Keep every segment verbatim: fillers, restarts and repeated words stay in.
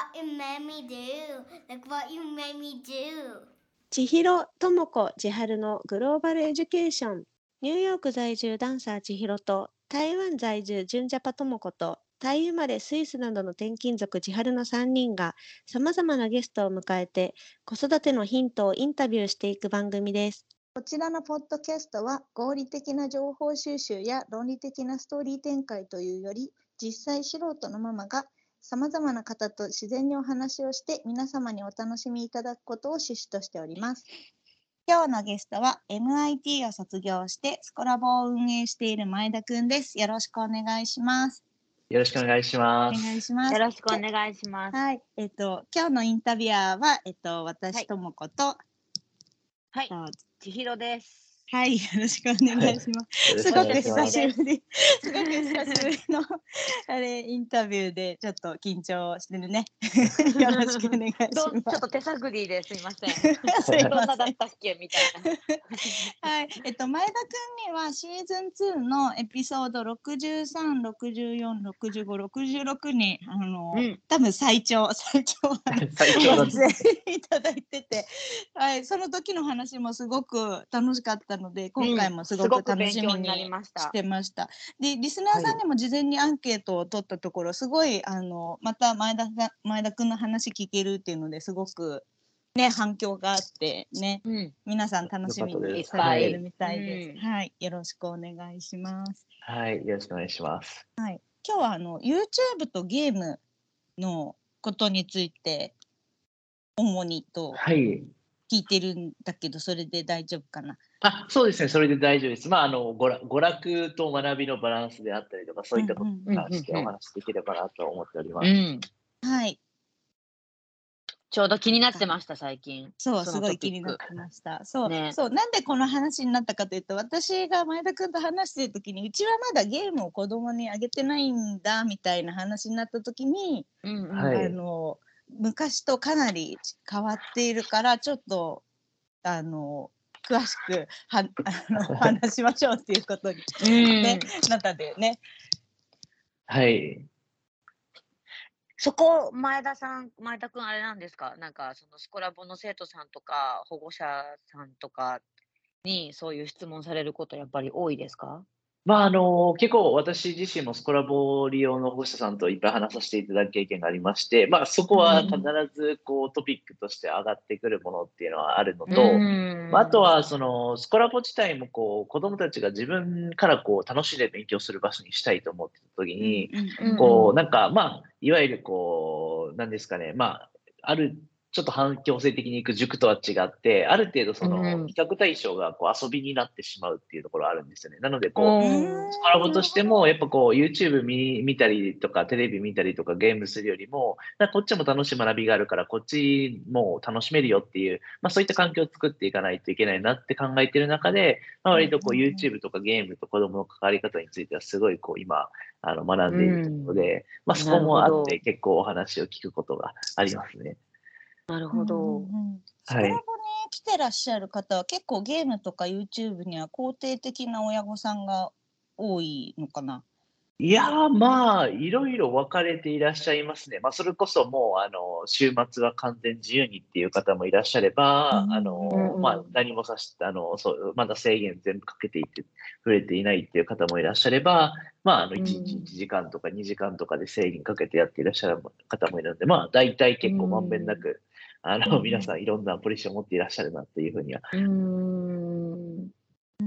what you made me do, like what you made me do. 千尋智子千春のグローバルエデュケーション。ニューヨーク在住ダンサー千尋と台湾在住純ジャパ智子とタイ生まれスイスなどの転勤族千春のさんにんがさまざまなゲストを迎えて子育てのヒントをインタビューしていく番組です。 こちらのポッドキャストは合理的な情報収集や論理的なストーリー展開というより、実際素人のママがさまざまな方と自然にお話をして皆様にお楽しみいただくことを趣旨としております。今日のゲストは エムアイティー を卒業してスコラボを運営している前田くんです。よろしくお願いします。 よろしくお願いしまおす。 願いします。 よろしくお願いします。 はい、えっと今日のインタビュアーはえっと私、 はい、 ともことはい、千尋です。 はい、よろしくお願いします。すごく久しぶり、すごく久しぶりのあれインタビューでちょっと緊張してるね。よろしくお願いします。 ちょっと手探りですいません。どんなだったっけみたいな。はい、えっと前田くんにはシーズンツーのエピソードろくじゅうさん、ろくじゅうよん、ろくじゅうご、ろくじゅうろくにあの、うん、多分最長最長最長出演いただいてて、はい、その時の話もすごく楽しかったので今回もすごく楽しみにしてました。うん、でリスナーさんにも事前にアンケートを取ったところ、はい、すごいあのまた前田が前田くんの話聞けるっていうのですごくね反響があってね、うん、皆さん楽しみにされてるみたいです。うん、はい、よろしくお願いします。 はい、よろしくお願いします。 はい、今日はあの YouTube とゲームのことについて主にと。 はい。 聞いてるんだけどそれで大丈夫かな。 あ、そうですね、それで大丈夫です。まああの娯楽と学びのバランスであったりとかそういったことに関してお話しできればなと思っております。うん、 はい。 ちょうど気になってました最近。 そうすごい気になってました。そう、ね、そうなんでこの話になったかというと私が前田くんと話してる時にうちはまだゲームを子供にあげてないんだみたいな話になった時に、うんうん、あの。昔とかなり変わっているからちょっとあの詳しくはあの話しましょうっていうことに、ね、なったんだよね。 はい。 そこ前田さん前田くんあれなんですか、なんかそのスコラボの生徒さんとか保護者さんとかにそういう質問されることやっぱり多いですか？ まああの結構私自身もスコラボ利用の保護者さんといっぱい話させていただく経験がありまして、まあ、そこは必ずこうトピックとして上がってくるものっていうのはあるのと、まあ、あとはそのスコラボ自体もこう子どもたちが自分からこう楽しんで勉強する場所にしたいと思ってた時に、こうなんかまあいわゆるこうなんですかね、まああるちょっと反強制的に行く塾とは違って、ある程度その比較対象がこう遊びになってしまうっていうところあるんですよね。なのでこう、スコラボとしてもやっぱこう YouTube 見, 見たりとかテレビ見たりとかゲームするよりも、こっちも楽しい学びがあるからこっちも楽しめるよっていう、まあそういった環境を作っていかないといけないなって考えている中で、まあ、割とこう YouTube とかゲームと子供の関わり方についてはすごいこう今あの学んでいるところで、まあそこもあって結構お話を聞くことがありますね。 なるほど。うんうん、 スコラボに来てらっしゃる方は結構ゲームとか YouTube には肯定的な親御さんが多いのかな。 いやーまあいろいろ分かれていらっしゃいますね。まあそれこそもうあの週末は完全自由にっていう方もいらっしゃれば、うん、あのまあ何もさしてあのそうまだ制限全部かけていて触れていないっていう方もいらっしゃれば、まああのいちにちいちじかんとかにじかんとかで制限かけてやっていらっしゃる方もいるので、まあ大体結構まんべんなく、うん、あの皆さんいろんなポリションを持っていらっしゃるなっていうふうには。 うんうんうんうん。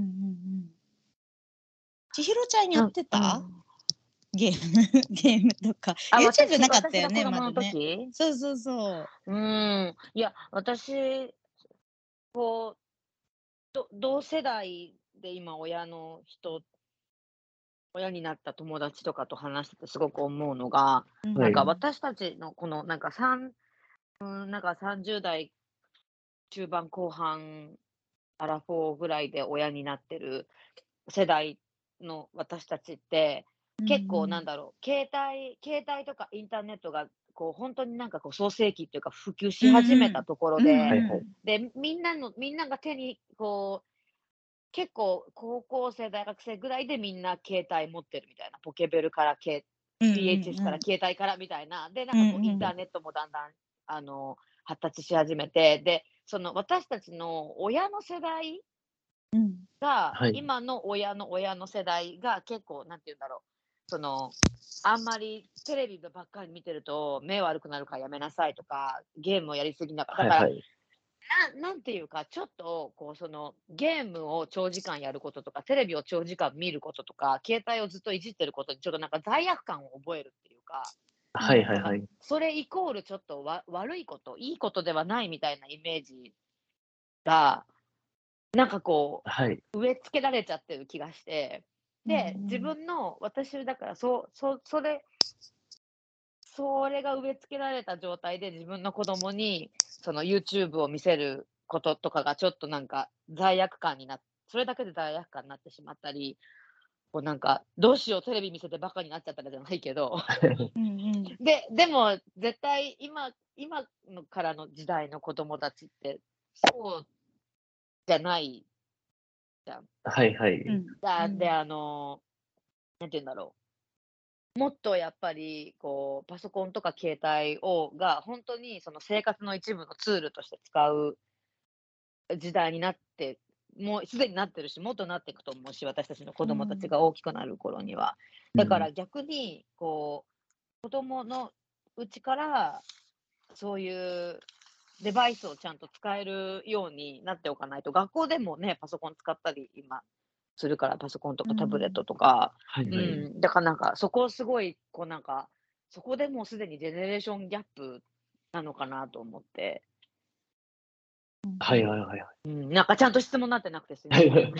千尋ちゃんやってた？うんゲームゲームとか YouTube なかったよねまだね。そうそうそう。 うん。いや私こうど同世代で今親の人親になった友達とかと話しててすごく思うのが、はい、なんか私たちのこのなんか三うんなんかさんじゅう代中盤後半アラフォーぐらいで親になってる世代の私たちって結構なんだろう、携帯携帯とかインターネットがこう本当になんかこう創世期っていうか普及し始めたところで、でみんなのみんなが手にこう結構高校生大学生ぐらいでみんな携帯持ってるみたいな、ポケベルからけうんうんビーエイチエス から携帯からみたいな。で、なんかこうんうんうインターネットもだんだん、あの、発達し始めて、で、その私たちの親の世代うんが、 はい。 今の親の親の世代が結構、なんて言うんだろう、その、あんまりテレビばっかり見てると目悪くなるからやめなさいとか、ゲームをやりすぎなかだから、 はいはい。 ななんていうか、ちょっとこうそのゲームを長時間やることとか、テレビを長時間見ることとか、携帯をずっといじってることにちょっとなんか罪悪感を覚えるっていうか、なんかはいはいはい。 それイコールちょっとわ悪いこと、いいことではないみたいなイメージが、なんかこはい。 う植え付けられちゃってる気がして、で、 うんうん自分の私だからそうそうそれそれが植え付けられた状態で自分の子供に、その YouTube を見せることとかがちょっとなんか罪悪感になっそれだけで罪悪感になってしまったり、こうなんか、どうしようテレビ見せてバカになっちゃったらじゃないけど、 うんうんで、でも絶対今今のからの時代の子供たちって、そうじゃないじゃん。 はいはうい。 んだで、あの、なんて言うんだろう。もっとやっぱり、こう、パソコンとか携帯をが、本当にその生活の一部のツールとして使う時代になって、もうすでになってるし、もっとなっていくと思うし、私たちの子供たちが大きくなる頃には。だから逆に、こう、子供のうちから、そういうデバイスをちゃんと使えるようになっておかないと、学校でもね、パソコン使ったり今するから、パソコンとかタブレットとか、うはいはい。 ん、だからなんか、そこをすごい、こうなんか、そこでもうすでにジェネレーションギャップなのかなと思って。 はいはいはいはい。 うん、なんかちゃんと質問になってなくてすみません。 はいはい。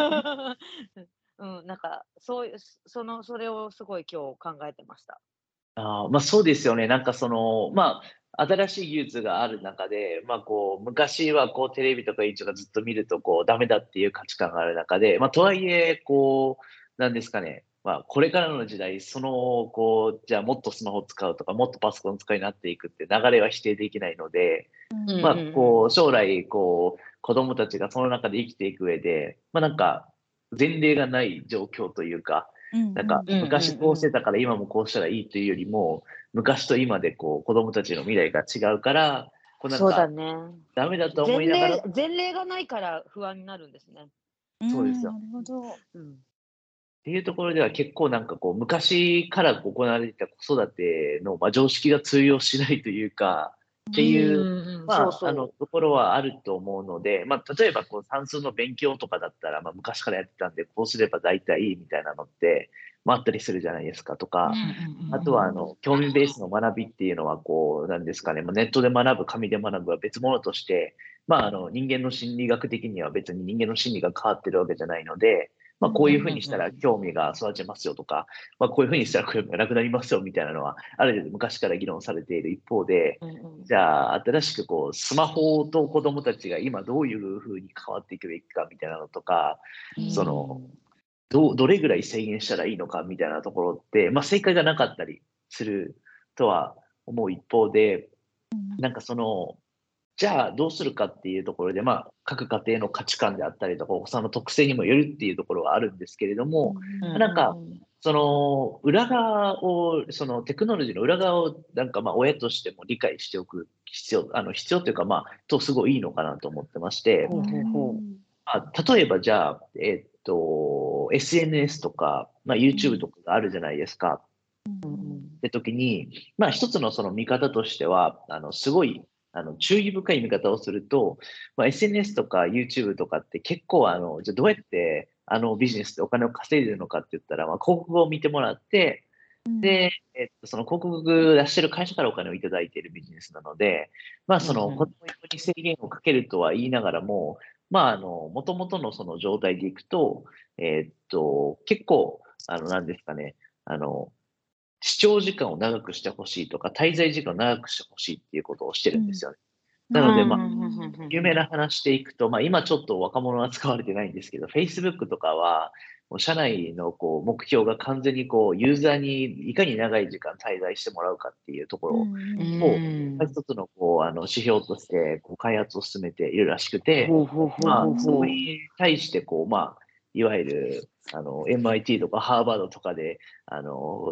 うん、なんか、そういう、その、それをすごい今日考えてました。 ああ、ま、そうですよね。なんかその、まあ、新しい技術がある中で、ま、こう、昔はこうテレビとか YouTube とかずっと見るとこうダメだっていう価値観がある中で、ま、とはいえ、こう、なんですかね、ま、これからの時代、その、こう、じゃあもっとスマホを使うとか、もっとパソコンを使うようになっていくって流れは否定できないので、 うんうんま、 うん。 こう、将来こう、子供たちがその中で生きていく上で、ま、なんか、前例がない状況というか、なんか、 うんうん昔こうしてうん。 たから今もこうしたらいいというよりも、昔と今でこう子供たちの未来が違うから、こうなんか、 そうだね。 ダメだと思い前ながら例前例がないから不安になるんですね。 そうですよ。 なるほど。 うん。 っていうところでは結構なんかこう昔から行われてた子育ての、ま、常識が通用しないというか、ってうんいう、 うんうん、 まそうあ、あの、 そう。 ところはあると思うので、ま、例えばこう算数の勉強とかだったら、ま、昔からやってたんで、こうすれば大体いいみたいなのって、ま、あったりするじゃないですかとうんか、あとはあうんの、興味ベースの学びっていうのはこう、なんですかね、ま、ネットで学ぶ、紙で学ぶは別物として、まあ、あの、人間の心理学的には別に人間の心理が変わってるわけじゃないので、ま、こういう風にしたら興味が育ちますよとか、ま、こういう風にしたら興味がなくなりますよみたいなのは、ある程度昔から議論されている一方で、 うんうん。 じゃあ、新しくこうスマホと子供たちが今どういう風に変わっていくべきかみたいなのとか、その、どうどれぐらい制限したらいいのかみたいなところって、ま、正解がなかったりするとは思う一方で、なんかその、じゃあどうするかっていうところで、まあ、各家庭の価値観であったりとか、お子さんの特性にもよるっていうところはあるんですけれども、 うんなんか、 うんうん。 その裏側を、そのテクノロジーの裏側をなんか、ま、親としても理解しておく必要あの、必要というか、まあ、とすごいいいのかなと思ってましてほうほうほう。 まあ、例えばじゃあ、えっと、エスエヌエス とか、まあ、YouTube とかがあるじゃないですか。 うんうん。 って時に、まあ、一つのその見方としては、あの、すごい、あの、注意深い見方をすると、まあ、エスエヌエス とか YouTube とかって結構あの、じゃ、どうやってあのビジネスでお金を稼いでるのかって言ったら、まあ、広告を見てもらって、で、えっと、その広告出してる会社からお金をいただいているビジネスなので、まあ、その、 うんうん。 子供に制限をかけるとは言いながらも、まあ、あの、元々のその状態でいくと、えっと、結構、あの、なんですかね、あの、視聴時間を長くして欲しいとか、滞在時間を長くして欲しいっていうことをしてるんですよね。なので、まあ、有名な話でいくと、まあ、今ちょっと若者は使われてないんですけど、Facebook とかは、もう社内のこう目標が完全にこうユーザーにいかに長い時間滞在してもらうかっていうところうを、 ん。 まあ、一つのこうあの指標としてこう開発を進めているらしくて、 ほうほうほうまあ、 ほうほう。 それに対してこう、まあ、いわゆるあの エムアイティー とかハーバードとかで、あの、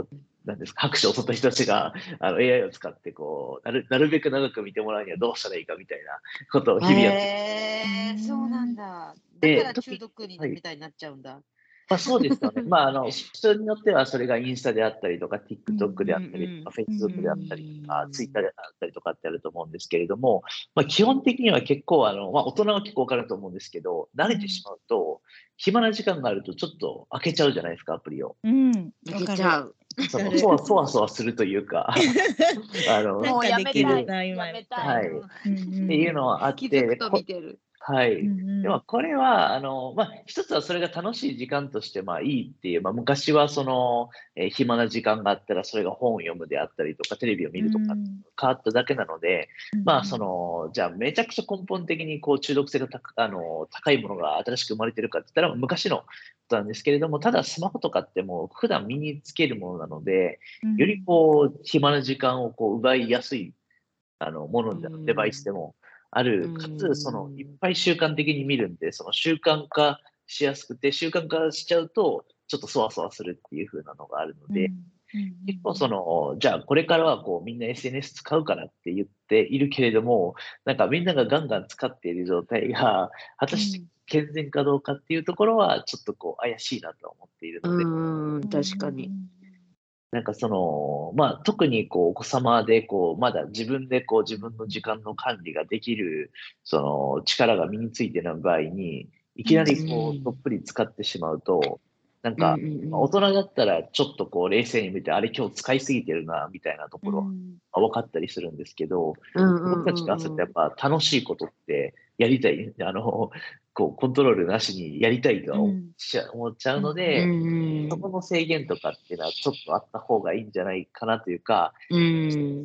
なんですか、拍手を取った人たちがあの エーアイ を使ってこうなる、なるべく長く見てもらうにはどうしたらいいかみたいなことを日々やってへえ、そうなんだ。だて、 から特に、 中毒にはい、 みたいになっちゃうんだ。 まあ、そうですよね。まあ、あの、人によってはそれがインスタであったりとか、 うんう TikTok であっうんたりとか、 う Facebook であったりとか、Twitter ん。 であったりとかってあると思うんですけれども、まあ、基本的には結構、あの、まあ、大人は結構わかると思うんですけど、慣れてしまうと、暇な時間があるとちょっと開けちゃうじゃないですか、アプリを。 うん、 開けわかる。 ちゃう。 その、 わかる。 そわそわそわするというか、あの、っなんかもうやできるめたい。 な、今やめたい。 はい、っうん。 うんていうのはあって、 気づくと見こてる。 はうん。うい。でもんうん。 これは、あの、まあ、一つはそれが楽しい時間として、まあ、いいっていう、まあ、昔はその、えー暇な時間があったら、それが本を読むであったりとか、テレビを見うるとか、 ん変わっただけなので、 うんまあ、その、じゃあ、めちゃくちゃ根本的にこう中毒性が高あの高いものが新しく生まれてるかって言ったら、昔のことなんですけれども、ただスマホとかってもう普段身につけるものなので、よりうんこう、暇な時間をこう奪いやすいあの、もうので、デバイスでん。 もあうる、かつ、その、いっん。 ぱい習慣的に見るんで、その習慣化しやすくて、習慣化しちゃうと、ちょっとそわそわするっていう風なのがあるので、 うんうん結構その、じゃあこれからはこうみんな エスエヌエス 使うからって言っているけれども、なんかみんながガンガン使っている状態が、果たして健全かどうかっていうところは、ちょっとこう怪しいなと思っているうので、 ん。 うん確かに。 なんかその、まあ、特にこう、お子様で、こう、まだ自分でこう、自分の時間の管理ができる、その、力が身についてない場合に、いきなうりこう、どっん。 ぷり使ってしまうと、なんうんうか、まあ大ん人だったらちょっとこう、冷静に見て、あれ今日使いすぎてるな、みたいなところは、 うんまあ分かったりするんですけど、 うんう僕たちからするとやっんうんぱ楽しいことってやりたい、あの、こう、コントロールなしにやりたいとは思っうんちゃ思っちゃうのうで、そこんの制限とかっていうのはちょっとあった方がいいんじゃないかなというか、 うん。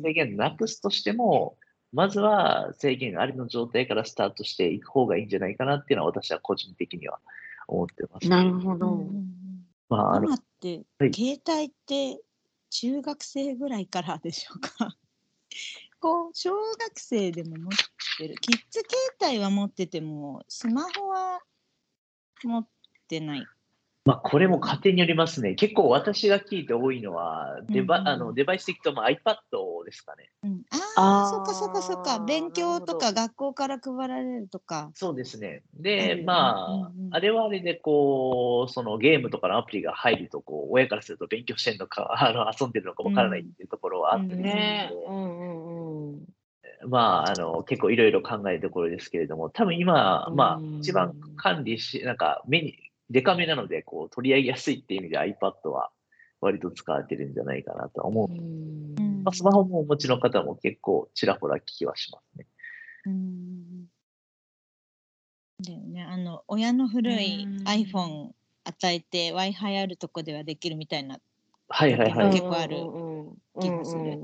制限なくすとしても、まずは制限ありの状態からスタートしていく方がいいんじゃないかなっていうのは私は個人的には思ってます。 なるほうんうど。 んまあ、あの、 今ってはい。 携帯って中学生ぐらいからでしょうか。こう小学生でも持ってる。キッズ携帯は持っててもスマホは持ってない。 まあ、これも家庭によりますね。結構私が聞いて多いのは、 うんデバ、あの、 うんデバイス的と、まあ、iPad ですかね。 うん。ああ、そっかそっかそっか。 ああ、 勉強となるほど。 か学校から配られるとかそうですね。 あで、 る。うんうんまあ、あれはあれで、こう、そのゲームとかのアプリが入ると、こう、親からすると勉強してんのか、あの、遊んでるのかうん。 わからないっていうところはあうんうんったりするねえ。うので、 んうんうん。 まあ、あの、結構いろいろ考えるところですけれども、多分今、 うまあ、一番ん。 管理し、なんか目に、デカめなので、こう、取り上げやすいっていう意味で iPad は割と使われてるんじゃないかなとは思う。 ううんまあ、スマホもんお持ちの方も結構ちらほら聞きはしますね。 うんだよね。あの親のう古いん。 iPhone 与えて Wi-Fi あるとこではできるみたいな時もはいはいはい。 結構あるうんうんう気がする。 んうん。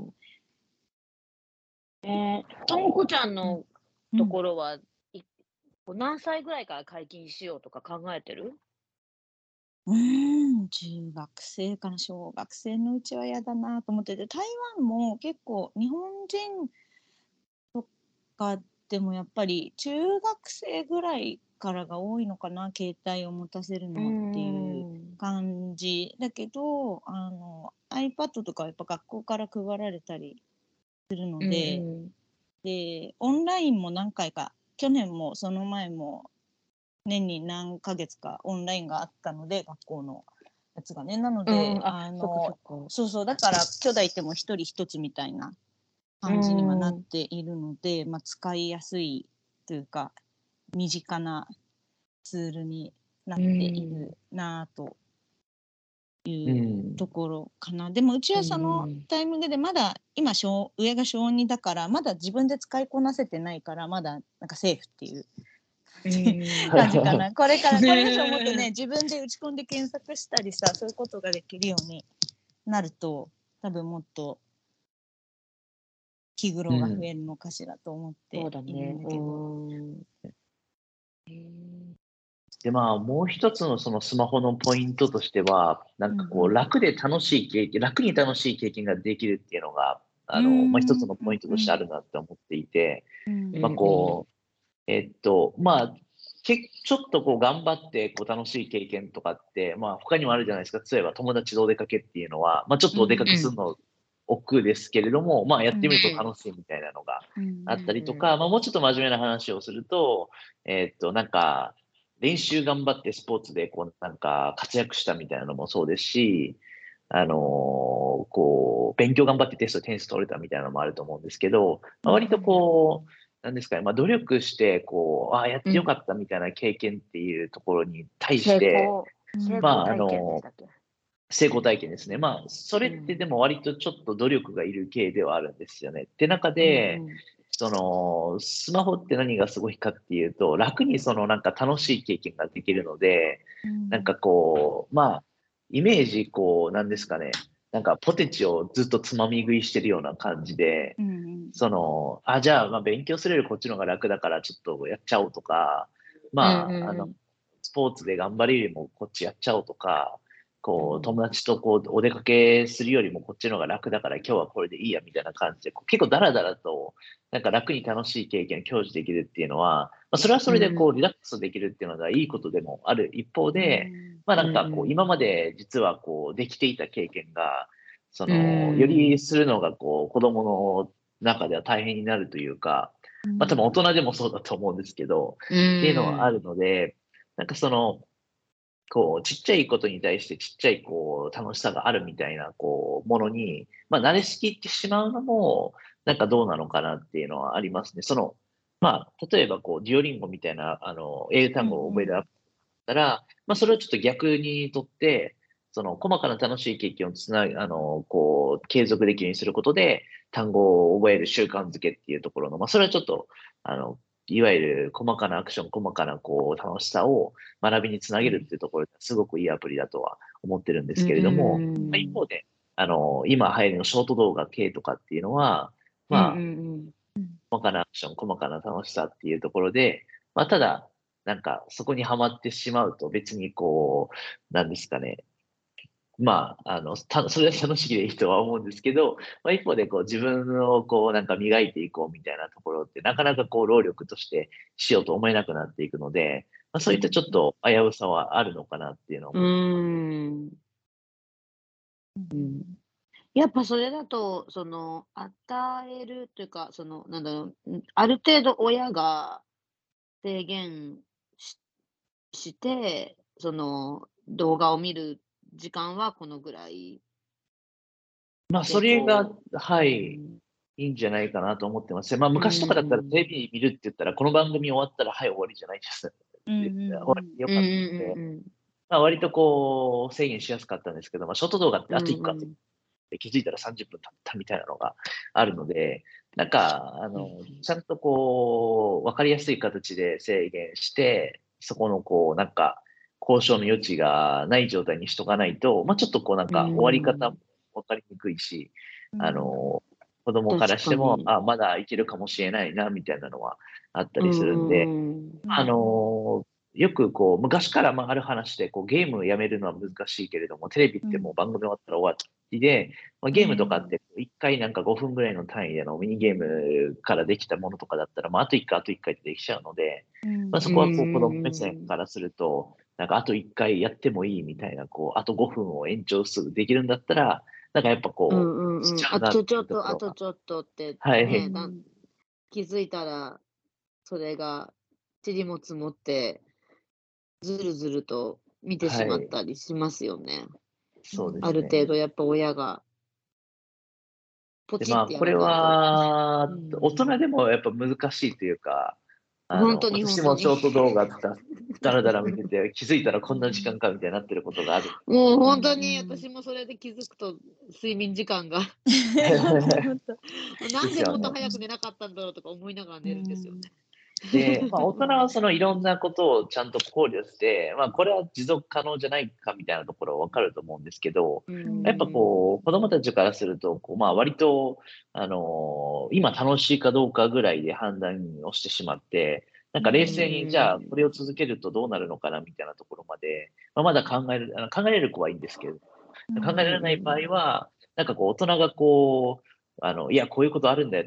えー、ともこちゃんうんのとうんころは、いこう何歳ぐらいから解禁しようとか考えてる？ うーん、中学生かな、小学生のうちは嫌だなと思ってて、台湾も結構日本人とかでもやっぱり中学生ぐらいからが多いのかな、携帯を持たせるうのっていうん。 感じだけど、あの iPad とかはやっぱ学校から配られたりするのうんで、 うん。 で、オンラインも何回か、去年もその前も年に何ヶ月かオンラインがあったので、学校のやつがね。なのうで、 ん、あ、 あそっかその、 っか。 そうそう、だから兄弟いても一人一つみたいなう感じにはなっん。 ているので、まあ、使いやすいというか、身近なツールになうっていん。 るなぁといううん。 ところかな。でもうちうはそのん。 タイミングでまだ今小上が小にだからまだ自分で使いこなせてないからまだなんかセーフっていうう感じかん。 な。これからこれ以上もっとね自分で打ち込んで検索したりさそういうことができるようになると多分もっと気苦労が増えるのかしらと思ってそうだいるんね。うだけど。 ん。へえ。 で、まあ、もう一つのそのスマホのポイントとしては、なんかこう、 うん楽で楽しい経験、楽に楽しい経験ができるっていうのが、 うあの、まあ、一つんのポイントとしてあうんるなって思っていて、 うんまあ、 うんうん。 こう、えっと、まあ、 けちょっとこう頑張ってこう楽しい経験とかって、まあ、他にもあるじゃないですか。例えば友達とお出かけっていうのは、まあ、ちょっとお出かけするの億劫ですけれども、まあ、やってみると楽しいみたいなのがあったりとか、まあ、もうちょっと真面目な話をすると、えーっと、なんか、練習頑張ってスポーツでこうなんか活躍したみたいなのもそうですし、あのーこう、勉強頑張ってテスト点数取れたみたいなのもあると思うんですけど、まあ、割とこう、なんですかね、まあ、努力して、こう、ああ、やってよかったみたいな経験っていうところに対し成て、 功、成まあ、あ功体験でのしたっけ？ 成功体験ですね。まあ、それってでも割とちょっと努力がいる系ではあるんですよね。って中で、その、スマホって何がすごいかっていうと、楽にそのなんか楽しい経験ができるので、なんかこう、まあ、イメージ、こう、なんですかね、なんかポテチをずっとつまみ食いしてるような感じで、その、あ、じゃあ、まあ勉強するよりこっちの方が楽だからちょっとやっちゃおうとか、まあ、あの、スポーツで頑張るよりもこっちやっちゃおうとか、こう、友達とこう、お出かけするよりもこっちの方が楽だから今日はこれでいいやみたいな感じで、こう結構ダラダラと、なんか楽に楽しい経験を享受できるっていうのは、まあ、それはそれでこう、リラックスできるっていうのがいいことでもある一方で、まあなんかこう、今まで実はこう、できていた経験が、その、よりするのがこう、子供の中では大変になるというか、まあ多分大人でもそうだと思うんですけど、っていうのはあるので、なんかその、こう、ちっちゃいことに対してちっちゃい、こう、楽しさがあるみたいな、こう、ものに、まあ、慣れすぎてしまうのも、なんかどうなのかなっていうのはありますね。その、まあ、例えば、こう、デュオリンゴみたいな、あの、英単語を覚えるアプリだったら、まあ、それをちょっと逆にとって、その、細かな楽しい経験をつなあの、こう、継続できるようにすることで、単語を覚える習慣づけっていうところの、まあ、それはちょっと、あの、いわゆる細かなアクション、細かなこう楽しさを学びにつなげるっていうところですごくいいアプリだとは思ってるんですけれども、まあ、一方で、あの、今流行りのショート動画系とかっていうのは、まあ、細かなアクション、細かな楽しさっていうところで、まあ、ただ、なんかそこにはまってしまうと別にこう、なんですかね、まあ、あの、た、それは楽しいでいいとは思うんですけど、まあ、一方でこう自分をこうなんか磨いていこうみたいなところってなかなかこう労力としてしようと思えなくなっていくので、まあ、そういったちょっと危うさはあるのかなっていうのを思うん。うん。やっぱそれだと、その、与えるというか、その、なんだろう、ん、ある程度親が制限しして、その、動画を見る時間はこのぐらいまあ、そで、 れが、 こはう、うい、 ん、 いいんじゃないかなと思ってますね。まあ、 う昔とかだったらテレん、 ビ見るって言ったら、この番組終わったら、はい、終わりじゃないです。で終わりでようんかったので、 うんまあ、割とこう、制限しやすかったんですけど、まあ、ショート動画ってうんあといっこあってうん。 気づいたらさんじゅっぷん経ったみたいなのがあるので、なんか、あうん。 の、ちゃんとこう、わかりやすい形で制限して、そこのこう、なんか、交渉の余地がない状態にしとかないと、まあ、ちょっとこう、なんうか、終わり方ん、 もわかりにくいし、あの、子供か確らしても、 かに。 あ、まだいけるかもしれないな、みたいなのはあったりすうんうるんで、 んうん。 あの、よくこう、昔からまあある話で、こう、ゲームをやめるのは難しいけれども、テレビってもう番組終わったら終わりで、まあ、ゲームとかっていっかいなんかごふんぐらいの単位でのミニゲームからできたものとかだったら、まあ、あといっかい、あといっかいってできちゃうので、まあ、そこはこう子供目線からすると、なんかあといっかいやってもいいみたいな、こう、あとごふんを延長するできるんだったら、なんかやっぱうこう、 んうんうん。 しちゃうあとちなっていうょっと、あところが。 とちょっとってはい。 ね、なん気づいたら、それが塵も積もって、ずるずると見てしまっはい。 たりしますよね。 そうであすね。 る程度やっぱ親がポで、 チっまあ、これてやらないと。うは、大ん。 人でもやっぱ難しいというか、あの、 ほんとにほんとに。 私もショート動画だ、だらだら見てて、気づいたらこんな時間かみたいになってることがある。 もうほんとに私もそれで気づくと、睡眠時間がでなんでもっとすよね。 早く寝なかったんだろうとか思いながら寝るんですよね。 で、まあ、大人はそのいろんなことをちゃんと考慮して、まあ、これは持続可能じゃないかみたいなところはわかると思うんですけど、 うやっぱん。 こう、子供たちからすると、こう、まあ、割と、あの今楽しいかどうかぐらいで判断をしてしまって、なんか冷静に、じゃあ、これを続けるとどうなるのかなみたいなところまで、まあ、まだ考える、あの考えれる子はいいんですけど、考えられない場合は、なんかこう、大人がこう、あの、いや、こういうことあるんだよって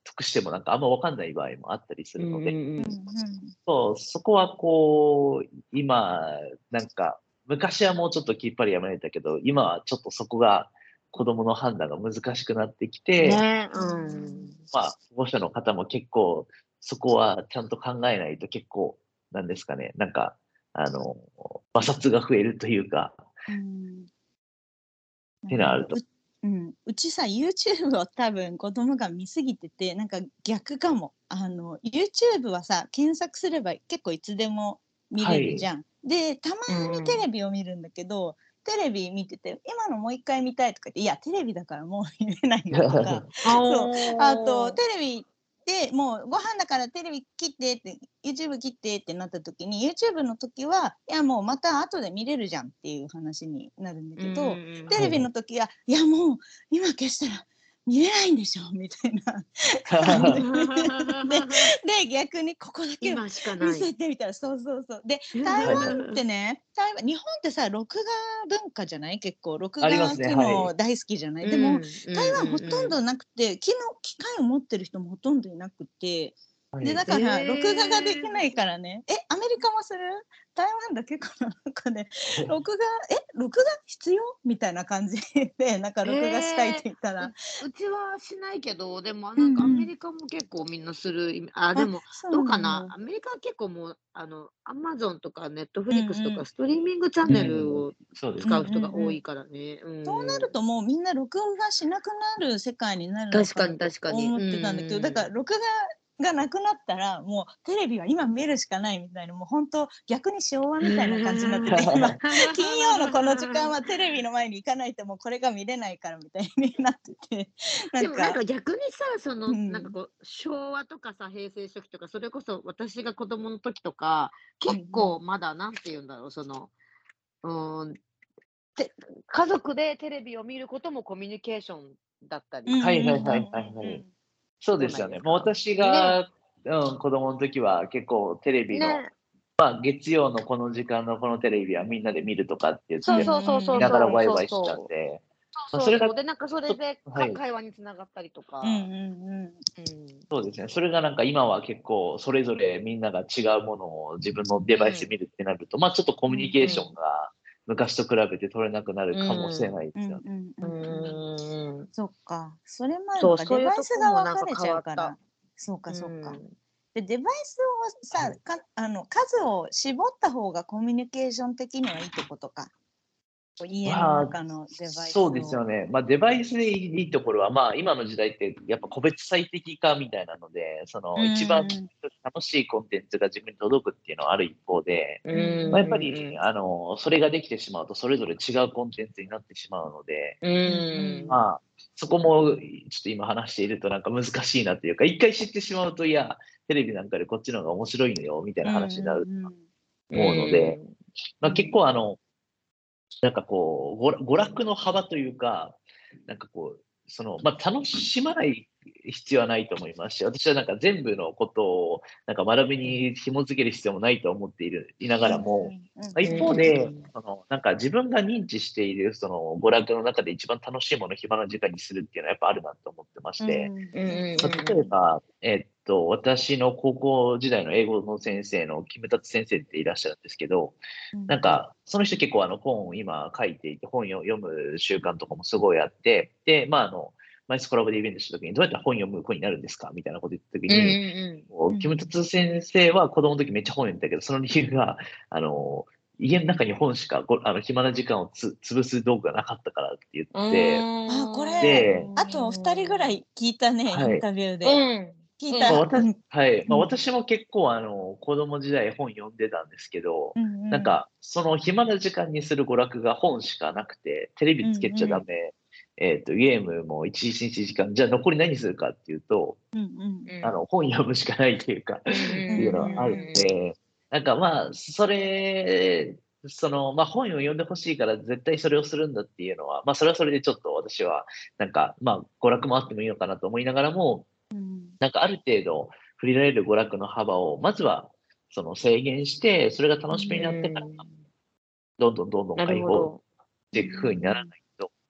得してもなんかあんま分かんない場合もあったりするので、 うんうんそうそこはこう今なんか昔はもうちょっときっぱりやめられたけど、今はちょっとそこが子供の判断が難しくなってきて、 ねうんまあ保護者の方も結構そこはちゃんと考えないと結構なんですかね、なんかあの摩擦が増えるというか、 うんっていうのはあると。 ううん、うちさ YouTube を多分子供が見すぎてて、なんか逆かも。あの YouTube はさ検索すれば結構いつでも見れるじゃん。でたまにテレビを見るんだけど、テレビ見てて今のもう一回見たいとか言って、いやテレビだからもう見れないよとかそうあとテレビでもうご飯だからテレビ切ってって YouTube 切ってってなった時に YouTube の時はいやもうまた後で見れるじゃんっていう話になるんだけど、 うんテレビの時はいやもう今消したら見れないんでしょみたいな感じでで逆にここだけ今しか見ない。 せてみたらそうそうそうで台湾ってね台湾日本ってさ録画文化じゃない結構録画ありますね機能大好きじゃない、でも、 うん台湾ほとんどなくて機能機械を持ってる人もほとんどいなくてでだから、 えー録画ができないからねえアメリカもする台湾だけかななんかね録画え録画必要みたいな感じでなんか録画したいって言ったら、 うちはしないけど、でもうなんんかアうんメリカも結構みんなするイメあ、であもそうどうかなんだな、アメリカは結構もうあのアマゾンとかネットフうんリックスとうんかストリーミングチャンネルをそうですね。 使う人が多いからね。うんそうなるともうみんな録画しなくなる世界になるの確かかなとに確かに。 思ってたんだけど、だから録画がなくなったらもうテレビは今見るしかないみたいなもう本当逆に昭和みたいな感じになってて今金曜のこの時間はテレビの前に行かないともうこれが見れないからみたいになっててなんかでもなんか逆にさ、その、 うんなんかこう昭和とかさ、平成初期とか、それこそ私が子供の時とか、結構まだなんて言うんだろう、その、うーん、て家族でテレビを見ることもコミュニケーションだったりはいはいしたはいはいはい。そうですよね。もう私ね。 が、うん、子供の時は結構テレビの、 ね。 まあ月曜のこの時間のこのテレビはみんなで見るとかって言っそうて、 そうそうそう見ながらワイそうワイしてたんそう。 で、まあ、 そうそう。 それが、 で、なんかそれではい、 か会話につながったりとか。 うんうんうんうん。 そうですね。それがなんか今は結構それぞれみんなが違うものを自分のデバイスで見るってなると、まあちょっとコミュニケーションが昔と比べて取れなくなるかもしれないですよね。 うんうんうんうんうん。 そっかそれもあるそう、 のかそういうとデバイスこもなんかが分かれち変わった。 ゃうからそうかそうか、 うんでデバイスをさ、 はいかあの数を絞った方がコミュニケーション的にはいいってことか。家のまあ、 中のデバイスを。 そうですよね。まあ、デバイスでいいところは、まあ、今の時代ってやっぱ個別最適化みたいなので、そのうん一番楽しいコンテンツが自分に届くっていうのはある一方で、 うんまあ、やっぱりあのそれができてしまうとそれぞれ違うコンテンツになってしまうので、 うん。 まあ、そこもちょっと今話しているとなんか難しいなというか、一回知ってしまうと、いや、テレビなんかでこっちの方が面白いのよみたいな話になると思うので、まあ、結構あの、なんかこう、娯娯楽の幅というか、なんかこう、その、まあ、楽しまない必要はないと思いますし、私はなんか全部のことを、なんか学びに紐づける必要もないと思っている、いながらも、まあ、一方で、その、なんか自分が認知している、その、娯楽の中で一番楽しいものを暇な時間にするっていうのはやっぱあるなと思ってまして、まあ、例えば、えっと、私の高校時代の英語の先生のキムタツ先生っていらっしゃるんですけど、なんか、その人結構あの本を今書いていて、本を読む習慣とかもすごいあって、で、まああの、マイスコラボでイベントした時にどうやって本読む子になるんですかみたいなこと言った時に、こうキムタツ先生は子供の時めっちゃ本読んだけど、その理由が、あの、家の中に本しかごあの暇な時間をつ潰す道具がなかったからって言って、 あ、これで、 あとふたりぐらい聞いたね、 はいインタビューで。 うん。 聞いた。 まあ私はい。まあ、 うん私も結構あの、子供時代本読んでたんですけど、 うんうんなんか、その暇な時間にする娯楽が本しかなくて、テレビつけちゃダメ、えっと、ゲームも一日一時間、じゃあ残り何するかっていうと、 うんあの、本読むしかないっていうか、っていうのはあるんで、なんかまあ、それ、その、まあ本を読んでほしいから絶対それをするんだっていうのは、まあそれはそれでちょっと私は、なんか、まあ娯楽もあってもいいのかなと思いながらも、 うんなんかある程度触れられる娯楽の幅を、まずはその制限して、それが楽しみになってから、どんどんどんどんなる解放ほど。 していく風にならないと、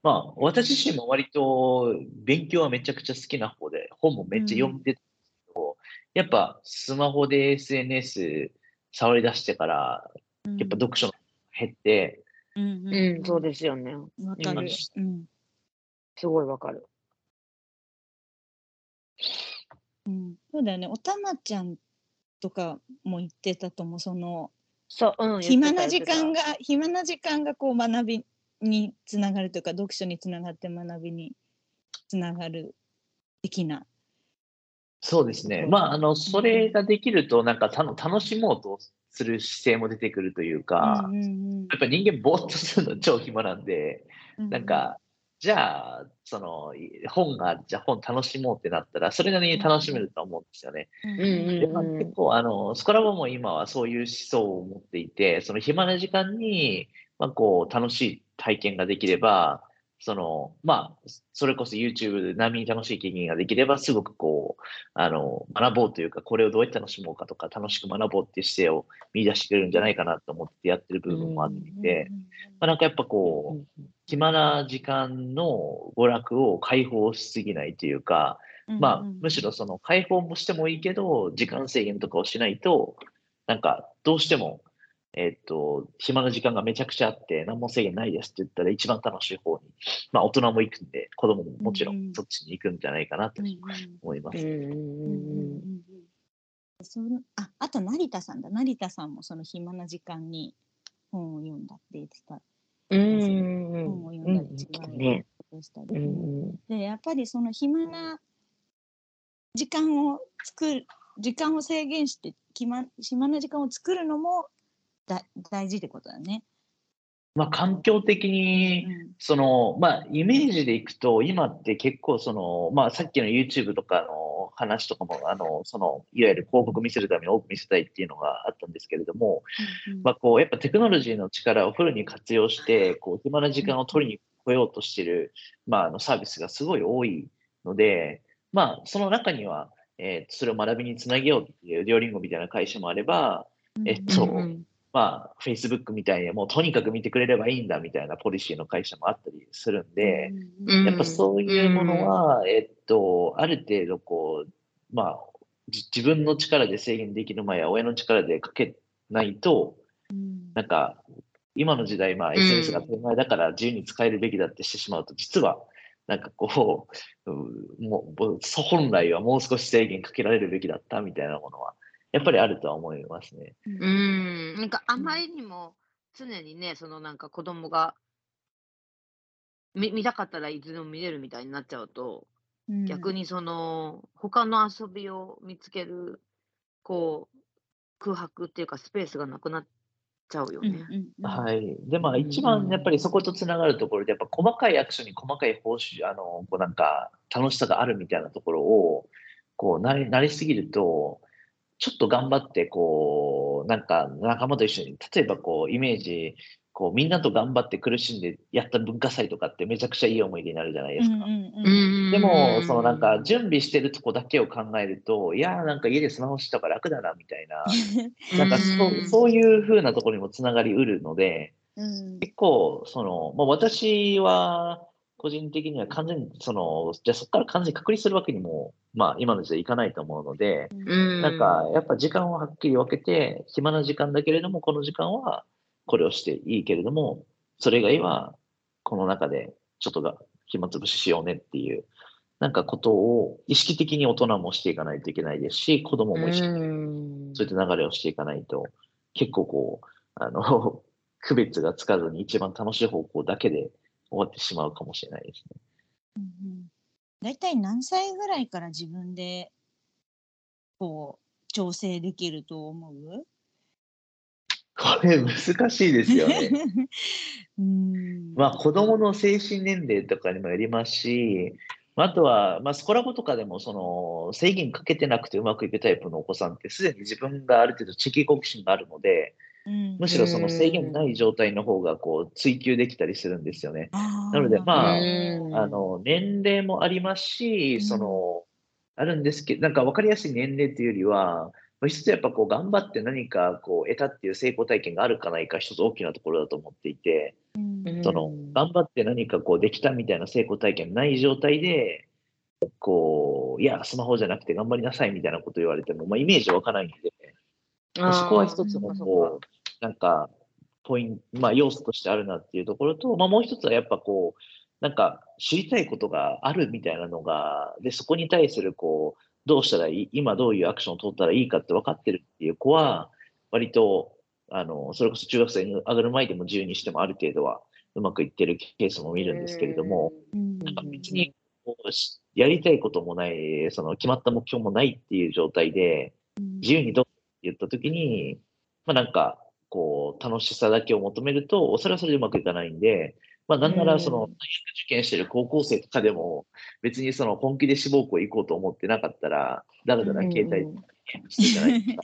まあ、私自身も割と勉強はめちゃくちゃ好きな方で、本もめっちゃ読んでたんですけど、やっぱスマホで エスエヌエス 触り出してから、やっぱ読書が減って、 うんうん、そうですよね。 わかる。うん。 すごいわかる。 うん、そうだよね。おたまちゃんとかも言ってたと思う。その、 そう、うん、 暇な時間が、暇な時間がこう学びにつながるというか、読書につながって学びにつながる的な。 そうですね。まあ、あの、それができると、なんかたの楽しもうとする姿勢も出てくるというか、 うんうんうん、 やっぱ人間ぼーっとするの超暇なんで、なんか、じゃあ、その、本が、じゃあ本楽しもうってなったら、それなりに楽しめると思うんですよね。で、まあ、結構、あの、スコラボも今はそういう思想を持っていて、その暇な時間に、まあ、こう、楽しい体験ができれば、その、まあ、それこそ YouTube 並みに楽しい経験ができれば、すごくこう、あの、学ぼうというか、これをどうやって楽しもうかとか、楽しく学ぼうっていう姿勢を見出してくれるんじゃないかなと思ってやってる部分もあって、まあ、なんかやっぱこう、暇な時間の娯楽を解放しすぎないというか、まあ、むしろその解放もしてもいいけど、時間制限とかをしないと、なんか、どうしても、えっと、暇な時間がめちゃくちゃあって、何も制限ないですって言ったら一番楽しい方に、まあ大人も行くんで、子供ももちろんそっちに行くんじゃないかなと思います。 あ、あと成田さんだ。成田さんもその暇な時間に本を読んだって言ってた。本を読んだり違うことしたり。で、やっぱりその暇な時間を作る、時間を制限して暇、暇な時間を作るのもだ大事ってことだね。 まあ、環境的に、その、まあ、イメージでいくと、今って結構、その、まあ、さっきの YouTube とかの話とかも、あの、その、いわゆる広告見せるために多く見せたいっていうのがあったんですけれども、まあ、こう、やっぱテクノロジーの力をフルに活用して、こう、暇な時間を取りに来ようとしている、まあ、あの、サービスがすごい多いので、まあ、その中には、えー、それを学びにつなげようっていう、デュオリンゴみたいな会社もあれば、えっと、まあ、Facebook みたいにもうとにかく見てくれればいいんだみたいなポリシーの会社もあったりするんで、やっぱそういうものは、えっと、ある程度こう、まあ、自分の力で制限できる前や親の力でかけないと、なんか、今の時代、まあ、エスエヌエス が当たり前だから自由に使えるべきだってしてしまうと、実は、なんかこう、もう、本来はもう少し制限かけられるべきだったみたいなものは、やっぱりあるとは思いますね。 うん、なんかあまりにも常にね、そのなんか子供が見見たかったらいつでも見れるみたいになっちゃうと、うん、逆にその他の遊びを見つけるこう空白っていうかスペースがなくなっちゃうよね。 はい。で、まあ一番やっぱりそことつながるところで、やっぱ細かいアクションに細かい報酬、あの、こうなんか楽しさがあるみたいなところを、こうなり、なりすぎると、ちょっと頑張って、こう、なんか仲間と一緒に、例えばこう、イメージ、こう、みんなと頑張って苦しんでやった文化祭とかってめちゃくちゃいい思い出になるじゃないですか。でも、そのなんか、準備してるとこだけを考えると、いやーなんか家でスマホしたから楽だな、みたいな、なんかそそういう風なところにもつながりうるので、結構、その、まあ、私は、個人的には完全に、その、じゃあそこから完全に隔離するわけにも、まあ今の時代いかないと思うので、なんかやっぱ時間をはっきり分けて、暇な時間だけれども、この時間はこれをしていいけれども、それ以外はこの中でちょっとが暇つぶししようねっていう、なんかことを意識的に大人もしていかないといけないですし、子供も意識的にそういった流れをしていかないと、結構こう、あの、区別がつかずに一番楽しい方向だけで終わってしまうかもしれないですね。 うんうん、だいたい何歳ぐらいから自分でこう調整できると思う？ これ難しいですよね。うんまあ子供の精神年齢とかにもよりますし、あとは、まあ、スコラボとかでもその制限かけてなくてうまくいくタイプのお子さんってすでに自分がある程度知的好奇心があるので、むしろその制限ない状態の方がこう追求できたりするんですよね。なので、まあ、あの、年齢もありますし、その、あるんですけど、なんか分かりやすい年齢というよりは、 まあ一つやっぱこう頑張って何かこう得たっていう成功体験があるかないか一つ大きなところだと思っていて、その頑張って何かこうできたみたいな成功体験ない状態で、こう、いや、スマホじゃなくて頑張りなさいみたいなこと言われても、まあ、イメージ湧かないんで、まあ、そこは一つのこう、なんか、ポイント、まあ、要素としてあるなっていうところと、まあ、もう一つはやっぱこう、なんか知りたいことがあるみたいなのが、で、そこに対するこう、どうしたらいい、今どういうアクションを取ったらいいかって分かってるっていう子は、割と、あの、それこそ中学生に上がる前でも自由にしてもある程度はうまくいってるケースも見るんですけれども、なんか別にこうやりたいこともない、その決まった目標もないっていう状態で、自由にどうって言ったときに、まあなんか、こう、楽しさだけを求めると、それはそれでうまくいかないんで、まあなんならその、大学受験してる高校生とかでも、別にその本気で志望校行こうと思ってなかったら、だらだら携帯してるじゃないですか。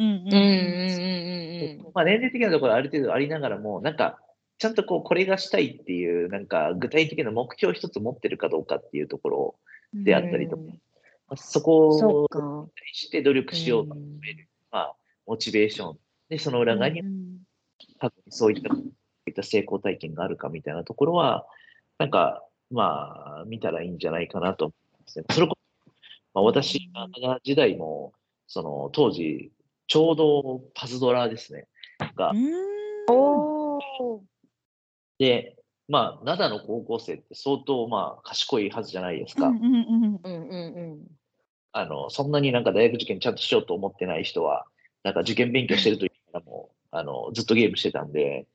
まあ年齢的なところある程度ありながらも、なんか、ちゃんとこう、これがしたいっていう、なんか具体的な目標を一つ持ってるかどうかっていうところであったりとか、まあ、そこをして努力しようと思える、まあ、モチベーションで、その裏側に、多分そういった、そういった成功体験があるかみたいなところは、なんか、まあ、見たらいいんじゃないかなと思いますね。それこそ、まあ、私が時代も、その当時、ちょうどパズドラですね、が、で、まあ、灘の高校生って相当、まあ、賢いはずじゃないですか。あの、そんなになんか大学受験ちゃんとしようと思ってない人は、なんか受験勉強してるというのも、あの、ずっとゲームしてたんで、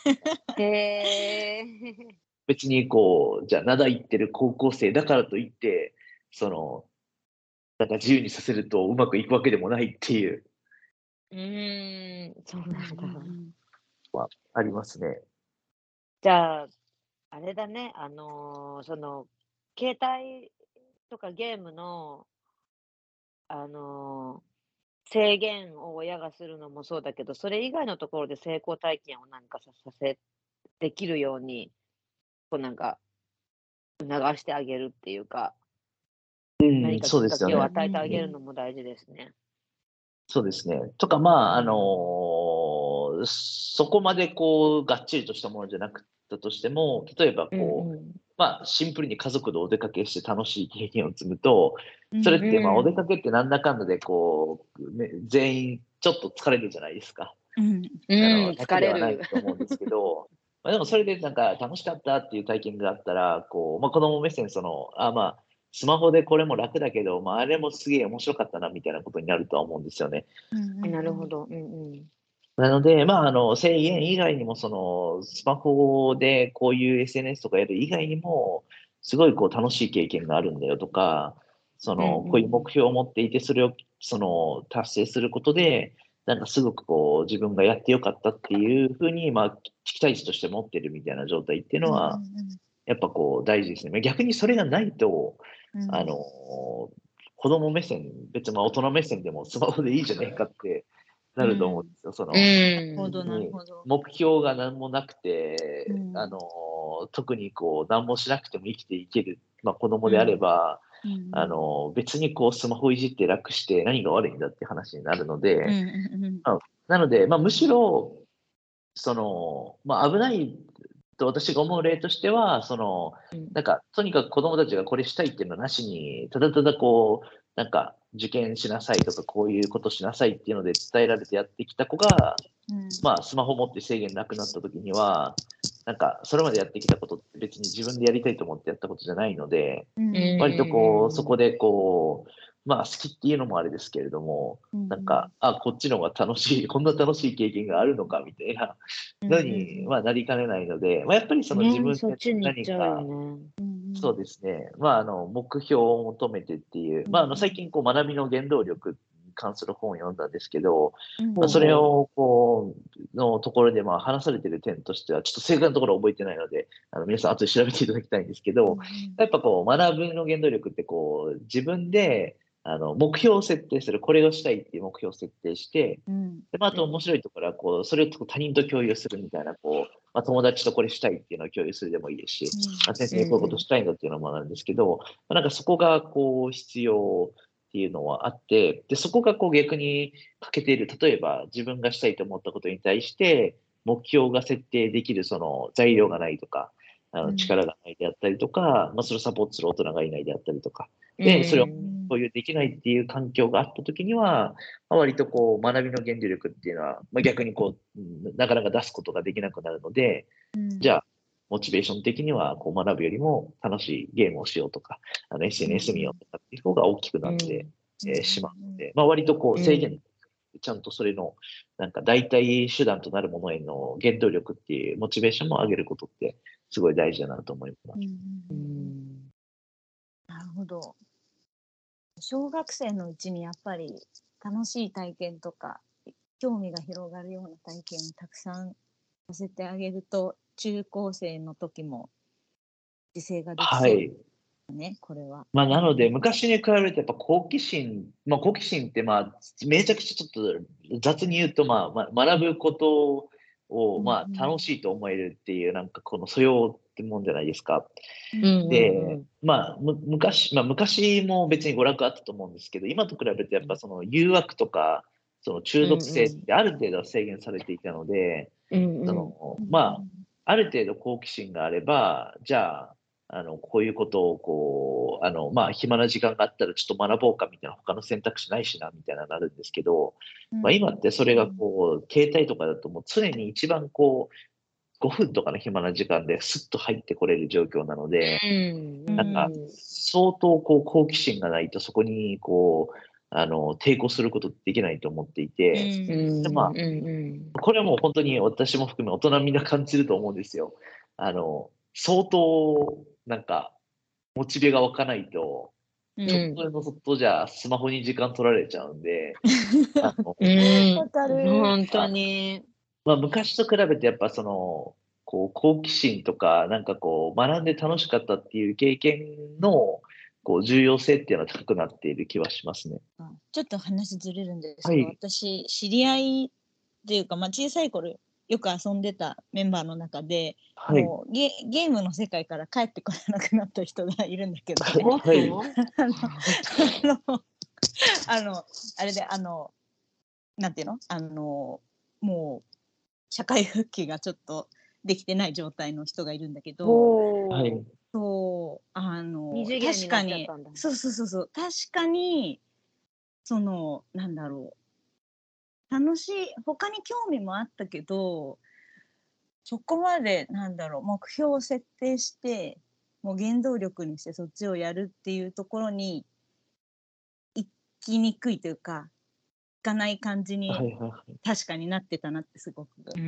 へ別にこう、じゃあ、灘行ってる高校生だからといって、その、なんか自由にさせるとうまくいくわけでもないっていう。 うーん、そうなんだ。 はありますね。 じゃあ、あれだね、あのーその、携帯とかゲームの、あのー制限を親がするのもそうだけど、それ以外のところで成功体験を何かささせできるように、こうなんか、促してあげるっていうか、 うん何かきっかけを与えてあげるのも大事ですね。 そうですね。とか、まあ、あのーそこまでこう、がっちりとしたものじゃなくったとしても、例えばこう、 うんうんまあ、シンプルに家族でお出かけして楽しい経験を積むと、それって、まあ、お出かけってなんだかんだで、こう、ね、全員ちょっと疲れるじゃないですか。 うんあの、 疲れる楽ではないと思うんですけど、まあ、でもそれでなんか楽しかったっていう体験があったら、こう、まあ、子供目線、その、あ、まあ、スマホでこれも楽だけど、まあ、あれもすげえ面白かったなみたいなことになるとは思うんですよね。 なるほど。うんうん。 なので、まあ、あの、制限以外にも、その、スマホでこういう エスエヌエス とかやる以外にも、すごいこう楽しい経験があるんだよとか、その、こういう目標を持っていて、それを、その、達成することで、なんかすごくこう、自分がやってよかったっていうふうに、まあ、期待値として持ってるみたいな状態っていうのは、やっぱこう、大事ですね。逆にそれがないと、あの、子供目線、別にまあ大人目線でもスマホでいいじゃねえかってなると思うんですよ。その、目標が何もなくて、あの、特にこう、何もしなくても生きていける、まあ、子供であれば、あの、別にこう、スマホいじって楽して何が悪いんだって話になるので、あなので、まあ、むしろ、その、まあ、危ないと私が思う例としては、その、なんか、とにかく子供たちがこれしたいっていうのはなしに、ただただこう、なんか、受験しなさいとか、こういうことしなさいっていうので伝えられてやってきた子が、まあ、スマホ持って制限なくなった時には、なんか、それまでやってきたことって別に自分でやりたいと思ってやったことじゃないので、割とこう、そこでこう、まあ、好きっていうのもあれですけれども、なんか、あ、こっちの方が楽しい、こんな楽しい経験があるのかみたいなのに、まあ、なりかねないので、まあ、やっぱりその自分で何か、そうですね、まあ、あの、目標を求めてっていう、まあ、あの、最近こう、学びの原動力に関する本を読んだんですけど、まあ、それをこう、のところでまあ話されている点としては、ちょっと正確なところは覚えてないので、あの皆さん後で調べていただきたいんですけど、やっぱこう、学びの原動力ってこう、自分であの目標を設定する、これをしたいっていう目標を設定して、でまあ、あと面白いところはこう、それを他人と共有するみたいな、こう、まあ、友達とこれしたいっていうのを共有するでもいいですし、まあ、先生にこういうことしたいんだっていうのもあるんですけど、まあ、なんかそこがこう必要っていうのはあって、で、そこがこう逆に欠けている。例えば自分がしたいと思ったことに対して目標が設定できるその材料がないとか、あの力がないであったりとか、まあ、それをサポートする大人がいないであったりとか、で、それを共有できないっていう環境があったときには、まあ、割とこう学びの原動力っていうのは、まあ、逆にこう、うんなかなか出すことができなくなるので、じゃあ、モチベーション的にはこう学ぶよりも楽しいゲームをしようとか、あの エスエヌエス 見ようとかっていう方が大きくなってえーしまうので、まあ、割とこう制限、ちゃんとそれのなんか代替手段となるものへの原動力っていうモチベーションも上げることってすごい大事だなと思います。 うんなるほど。小学生のうちにやっぱり楽しい体験とか興味が広がるような体験をたくさんさせてあげると中高生の時も自制ができそうですね、はい、これは。 まあ、なので昔に比べるとやっぱ好奇心、まあ、好奇心ってまあめちゃくちゃちょっと雑に言うと、まあ、まあ、学ぶことをまあ楽しいと思えるっていうなんかこの素養ってもんじゃないですか。で、まあ、む昔、まあ、昔も別に娯楽あったと思うんですけど、今と比べてやっぱその誘惑とか、その中毒性ってある程度は制限されていたので、うんうん、そのまあ、ある程度好奇心があれば、じゃあ、あの、こういうことをこう、あの、まあ、暇な時間があったらちょっと学ぼうかみたいな他の選択肢ないしな、みたいななるんですけど、まあ、今ってそれがこう、携帯とかだともう常に一番こう、ごふんとかの暇な時間ですっと入ってこれる状況なので、なんか相当こう好奇心がないとそこにこうあの抵抗することできないと思っていて、でまあ、これはもう本当に私も含め大人みんな感じると思うんですよ。あの相当なんかモチベが湧かないと、ちょっとでもそっとじゃスマホに時間取られちゃうんで、あのわかる。本当に。 まあ、昔と比べてやっぱそのこう好奇心とかなんかこう学んで楽しかったっていう経験のこう重要性っていうのは高くなっている気はしますね。 ちょっと話ずれるんですけど、はい、私知り合いっていうか、まあ、小さい頃よく遊んでたメンバーの中で、はい、もう ゲ, ゲームの世界から帰ってこれなくなった人がいるんだけどね。はい、あのあのあれであのなんていうのあのもう社会復帰がちょっとできてない状態の人がいるんだけど、 はい、 そうあの確かにそうそうそうそう確かにそのなんだろう楽しい他に興味もあったけどそこまでなんだろう目標を設定してもう原動力にしてそっちをやるっていうところに行きにくいというかいかない感じに確かになってたなってすごく思って、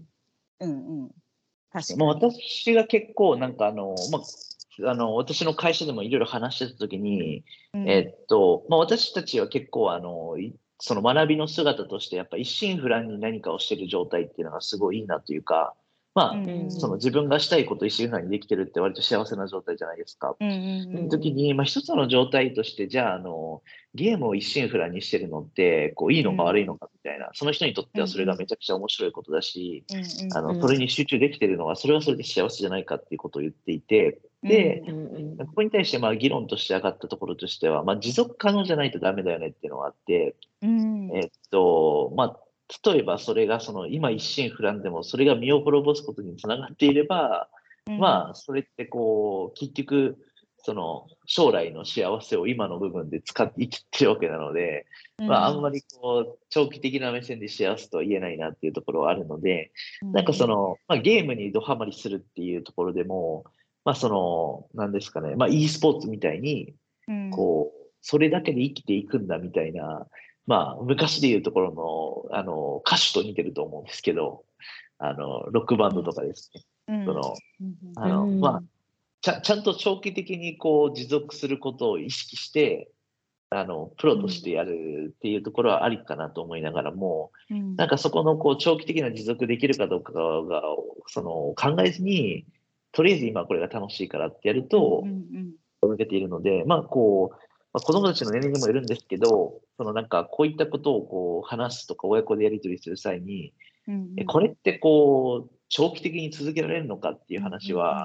うんうん、確かに。 まあ、私が結構なんかあの、まあ、あの私の会社でもいろいろ話してた時に、うん、えっとまあ、私たちは結構あのその学びの姿としてやっぱ一心不乱に何かをしている状態っていうのがすごいいいなというか。まあ、うんうん、その自分がしたいことを一心不乱にできてるって割と幸せな状態じゃないですか。うんうんうん、その時に、まあ、一つの状態としてじゃあ、あのゲームを一心不乱にしてるのってこういいのか悪いのかみたいな、うん、その人にとってはそれがめちゃくちゃ面白いことだし、うんうん、あのそれに集中できてるのはそれはそれで幸せじゃないかっていうことを言っていて、で、うんうん、ここに対してまあ議論として上がったところとしては、まあ、持続可能じゃないとダメだよねっていうのがあって、うん、えっとまあ例えばそれがその今一心不乱でもそれが身を滅ぼすことにつながっていれば、うん、まあそれってこう結局その将来の幸せを今の部分で使って生きてるわけなので、うん、まああんまりこう長期的な目線で幸せとは言えないなっていうところはあるので、うん、なんかその、まあ、ゲームにドハマりするっていうところでも、まあその何ですかね、まあ e スポーツみたいにこうそれだけで生きていくんだみたいな。まあ、昔でいうところの、あの、歌手と似てると思うんですけど、あの、ロックバンドとかですね。うん、その、あの、うん、まあ、ちゃ、ちゃんと長期的にこう持続することを意識して、あの、プロとしてやるっていうところはありかなと思いながらも、うん、なんかそこのこう長期的な持続できるかどうかが、その、考えずに、とりあえず今これが楽しいからってやると、続けているので、まあ、こう、まあ、子供たちの年齢にもよるんですけど、そのなんかこういったことをこう話すとか親子でやり取りする際に、うんうん、これってこう長期的に続けられるのかっていう話は、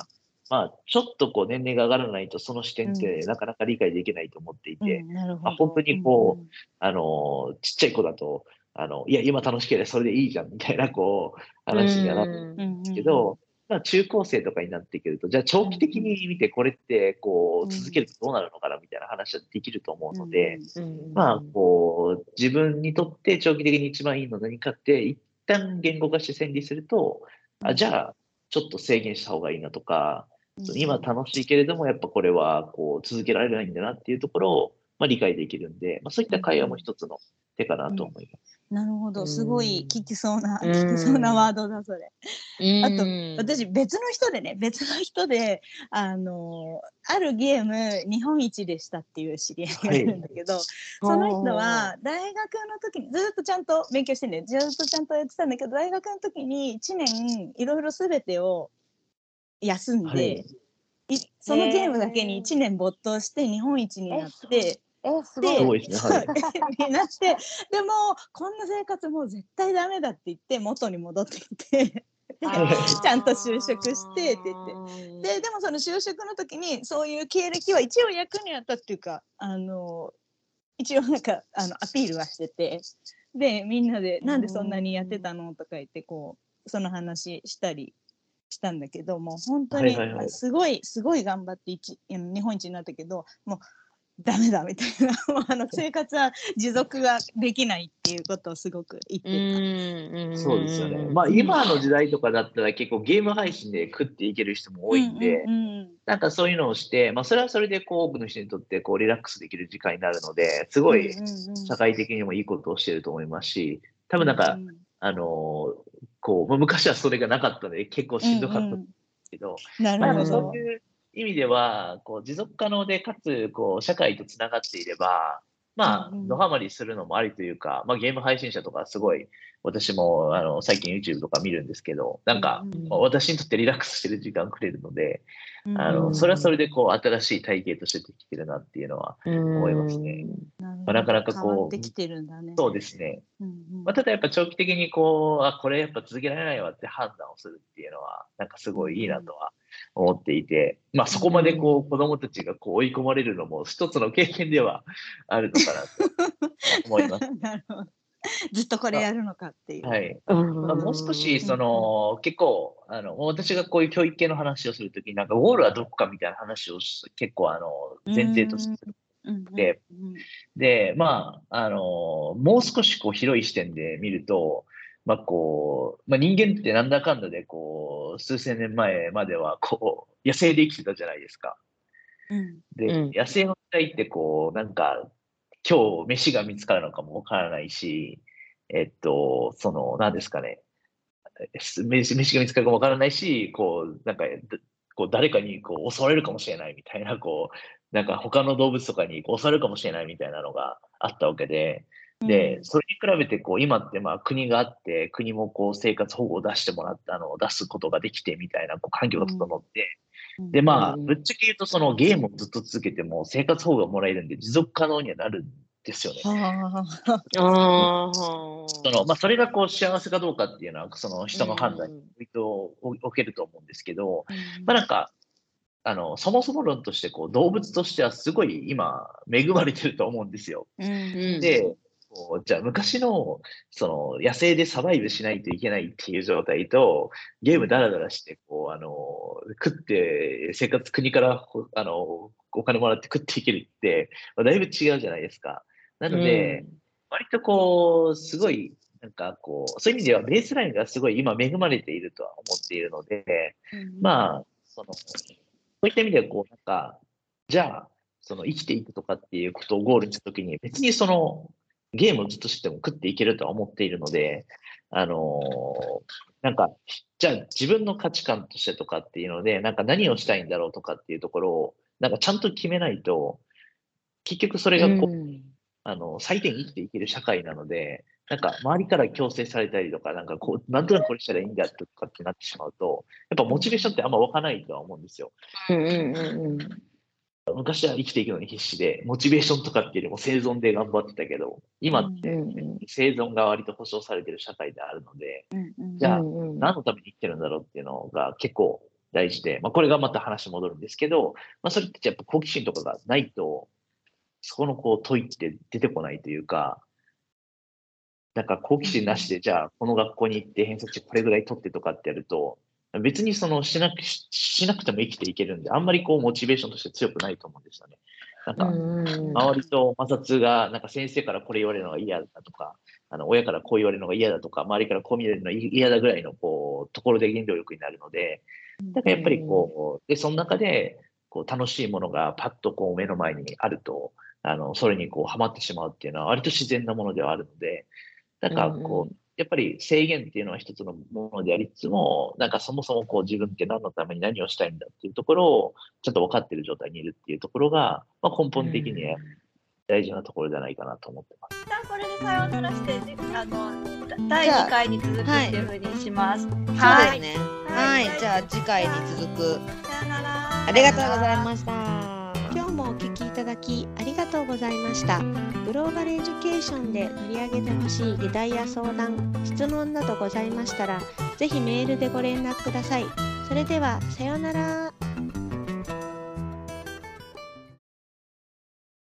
まあ、ちょっとこう年齢が上がらないとその視点ってなかなか理解できないと思っていて、 うんなるほどまあ、本当にこう、あの、ちっちゃい子だと、あの、いや、今楽しければそれでいいじゃんみたいな、こう、話にはなるんですけど、まあ、中高生とかになってくると、じゃあ長期的に見てこれってこう続けるとどうなるのかなみたいな話はできると思うので、まあ、こう、自分にとって長期的に一番いいのは何かって、一旦言語化して整理すると、あ、じゃあ、ちょっと制限した方がいいなとか、今楽しいけれども、やっぱこれはこう続けられないんだなっていうところを、まあ、理解できるんで、まあ、そういった会話も一つの手かなと思います。 なるほど、すごい聞きそうな、聞きそうなワードだ、それ。あと、私、別の人でね、別の人で、あの、あるゲーム、日本一でしたっていう知り合いがいるんだけど、はい、その人は、大学の時に、ずっとちゃんと勉強してんだよ。ずっとちゃんとやってたんだけど、大学の時にいちねん、いろいろすべてを休んで、はい、そのゲームだけにいちねん没頭して日本一になって、 え、すごい。 ですね。はい。 になって、でも、こんな生活もう絶対ダメだって言って、元に戻ってきて、ちゃんと就職してって言って。で、でもその就職の時に、そういう経歴は一応役に立ったっていうか、あの、一応なんか、あの、アピールはしてて、で、みんなで、なんでそんなにやってたのとか言って、こう、その話したりしたんだけど、もう本当に、すごい、すごい頑張って一日本一になったけど、もう、ダメだみたいなあの生活は持続ができないっていうことをすごく言ってた。 そうですよね。まあ今の時代とかだったら結構ゲーム配信で食っていける人も多いんで、うんうんうん、なんかそういうのをして、まあそれはそれでこう多くの人にとってこうリラックスできる時間になるので、すごい社会的にもいいことをしてると思いますし、多分なんか、うんうん、あのこう昔はそれがなかったので結構しんどかったんですけど、 うんうん、なるほど。 そういう意味では、こう持続可能で、かつ、こう、社会とつながっていれば、まあ、ドハマりするのもありというか、まあ、ゲーム配信者とかすごい、私も、あの、最近 YouTube とか見るんですけど、なんか、私にとってリラックスしてる時間くれるので、あの、それはそれで、こう、新しい体系としてできてるなっていうのは思いますね。まあ、なかなかこう、 できてるんだね。 そうですね。まあ、ただやっぱ長期的にこう、あ、これやっぱ続けられないわって判断をするっていうのは、なんかすごいいいなとは思っていて、まあそこまでこう子供たちがこう追い込まれるのも一つの経験ではあるのかなと思います。 なるほど。ずっとこれやるのかっていう。 はい。まあ、もう少し、その、結構、あの、私がこういう教育系の話をするときに、なんかゴールはどこかみたいな話を結構、あの、前提としてする。で、で、まあ、あの、もう少しこう広い視点で見ると、まあこう、まあ人間ってなんだかんだでこう、数千年前まではこう、野生で生きてたじゃないですか。うん、で、うん、野生の時代ってこう、なんか、今日飯が見つかるのかもわからないし、えっと、その、何ですかね、飯飯が見つかるかもわからないし、こう、なんか、こう誰かにこう襲われるかもしれないみたいな、こう、なんか他の動物とかに襲われるかもしれないみたいなのがあったわけで、で、それに比べてこう今ってまあ国があって、国もこう生活保護を出してもらったのを出すことができてみたいなこう環境が整って、で、まあ、ぶっちゃけ言うとそのゲームをずっと続けても生活保護がもらえるんで持続可能にはなるんですよね。そのまあ、それがこう幸せかどうかっていうのは、その人の判断に置けると思うんですけど、まあなんか、あの、そもそも論としてこう動物としてはすごい今恵まれてると思うんですよ。で、こうじゃあ昔のその野生でサバイブしないといけないっていう状態と、ゲームダラダラしてこう、あの、食って生活国からあのお金もらって食っていけるって、まあ、だいぶ違うじゃないですか。なので、うん割とこう、すごい、なんかこう、そういう意味ではベースラインがすごい今恵まれているとは思っているので、うん、まあ、その、そういった意味ではこう、なんか、じゃあ、その生きていくとかっていうことをゴールにしたときに、別にその、ゲームをずっとしても食っていけるとは思っているので、あのー、なんか、じゃあ自分の価値観としてとかっていうので、なんか何をしたいんだろうとかっていうところを、なんかちゃんと決めないと、結局それがこう、うんあの、最低に生きていける社会なので、なんか周りから強制されたりとか、なんかこう、なんとなくこれしたらいいんだとかってなってしまうと、やっぱモチベーションってあんま湧かないとは思うんですよ。うんうんうんうん、昔は生きていくのに必死で、モチベーションとかっていうよりも生存で頑張ってたけど、今って生存が割と保障されてる社会であるので、じゃあ何のために生きてるんだろうっていうのが結構大事で、まあ、これがまた話戻るんですけど、まあ、それってやっぱ好奇心とかがないと、そこのこう問いって出てこないというか、なんか好奇心なしで、じゃあこの学校に行って偏差値これぐらい取ってとかってやると、別にそのしなくししなくても生きていけるんで、あんまりこうモチベーションとして強くないと思うんですよね。なんか、周りと摩擦が、なんか先生からこれ言われるのが嫌だとか、あの親からこう言われるのが嫌だとか、周りからこう見られるのが嫌だぐらいのこうところで原動力になるので、だからやっぱりこう、で、その中でこう楽しいものがパッとこう目の前にあると、あのそれにこうハマってしまうっていうのは割と自然なものではあるので、なんかこう、やっぱり制限っていうのは一つのものでありつつも、なんかそもそもこう自分って何のために何をしたいんだっていうところをちょっと分かっている状態にいるっていうところが、まあ、根本的には大事なところじゃないかなと思ってます。 一旦これでさようならして、あのだいにかいに続くっていうふうにします。 はい、そうですね。はい、はい、じゃあ次回に続く。 さよなら。 ありがとうございました。今日もお聞きいただきありがとうございました。グローバルエデュケーションで取り上げてほしい議題や相談、質問などございましたら、ぜひメールでご連絡ください。それでは、さようなら。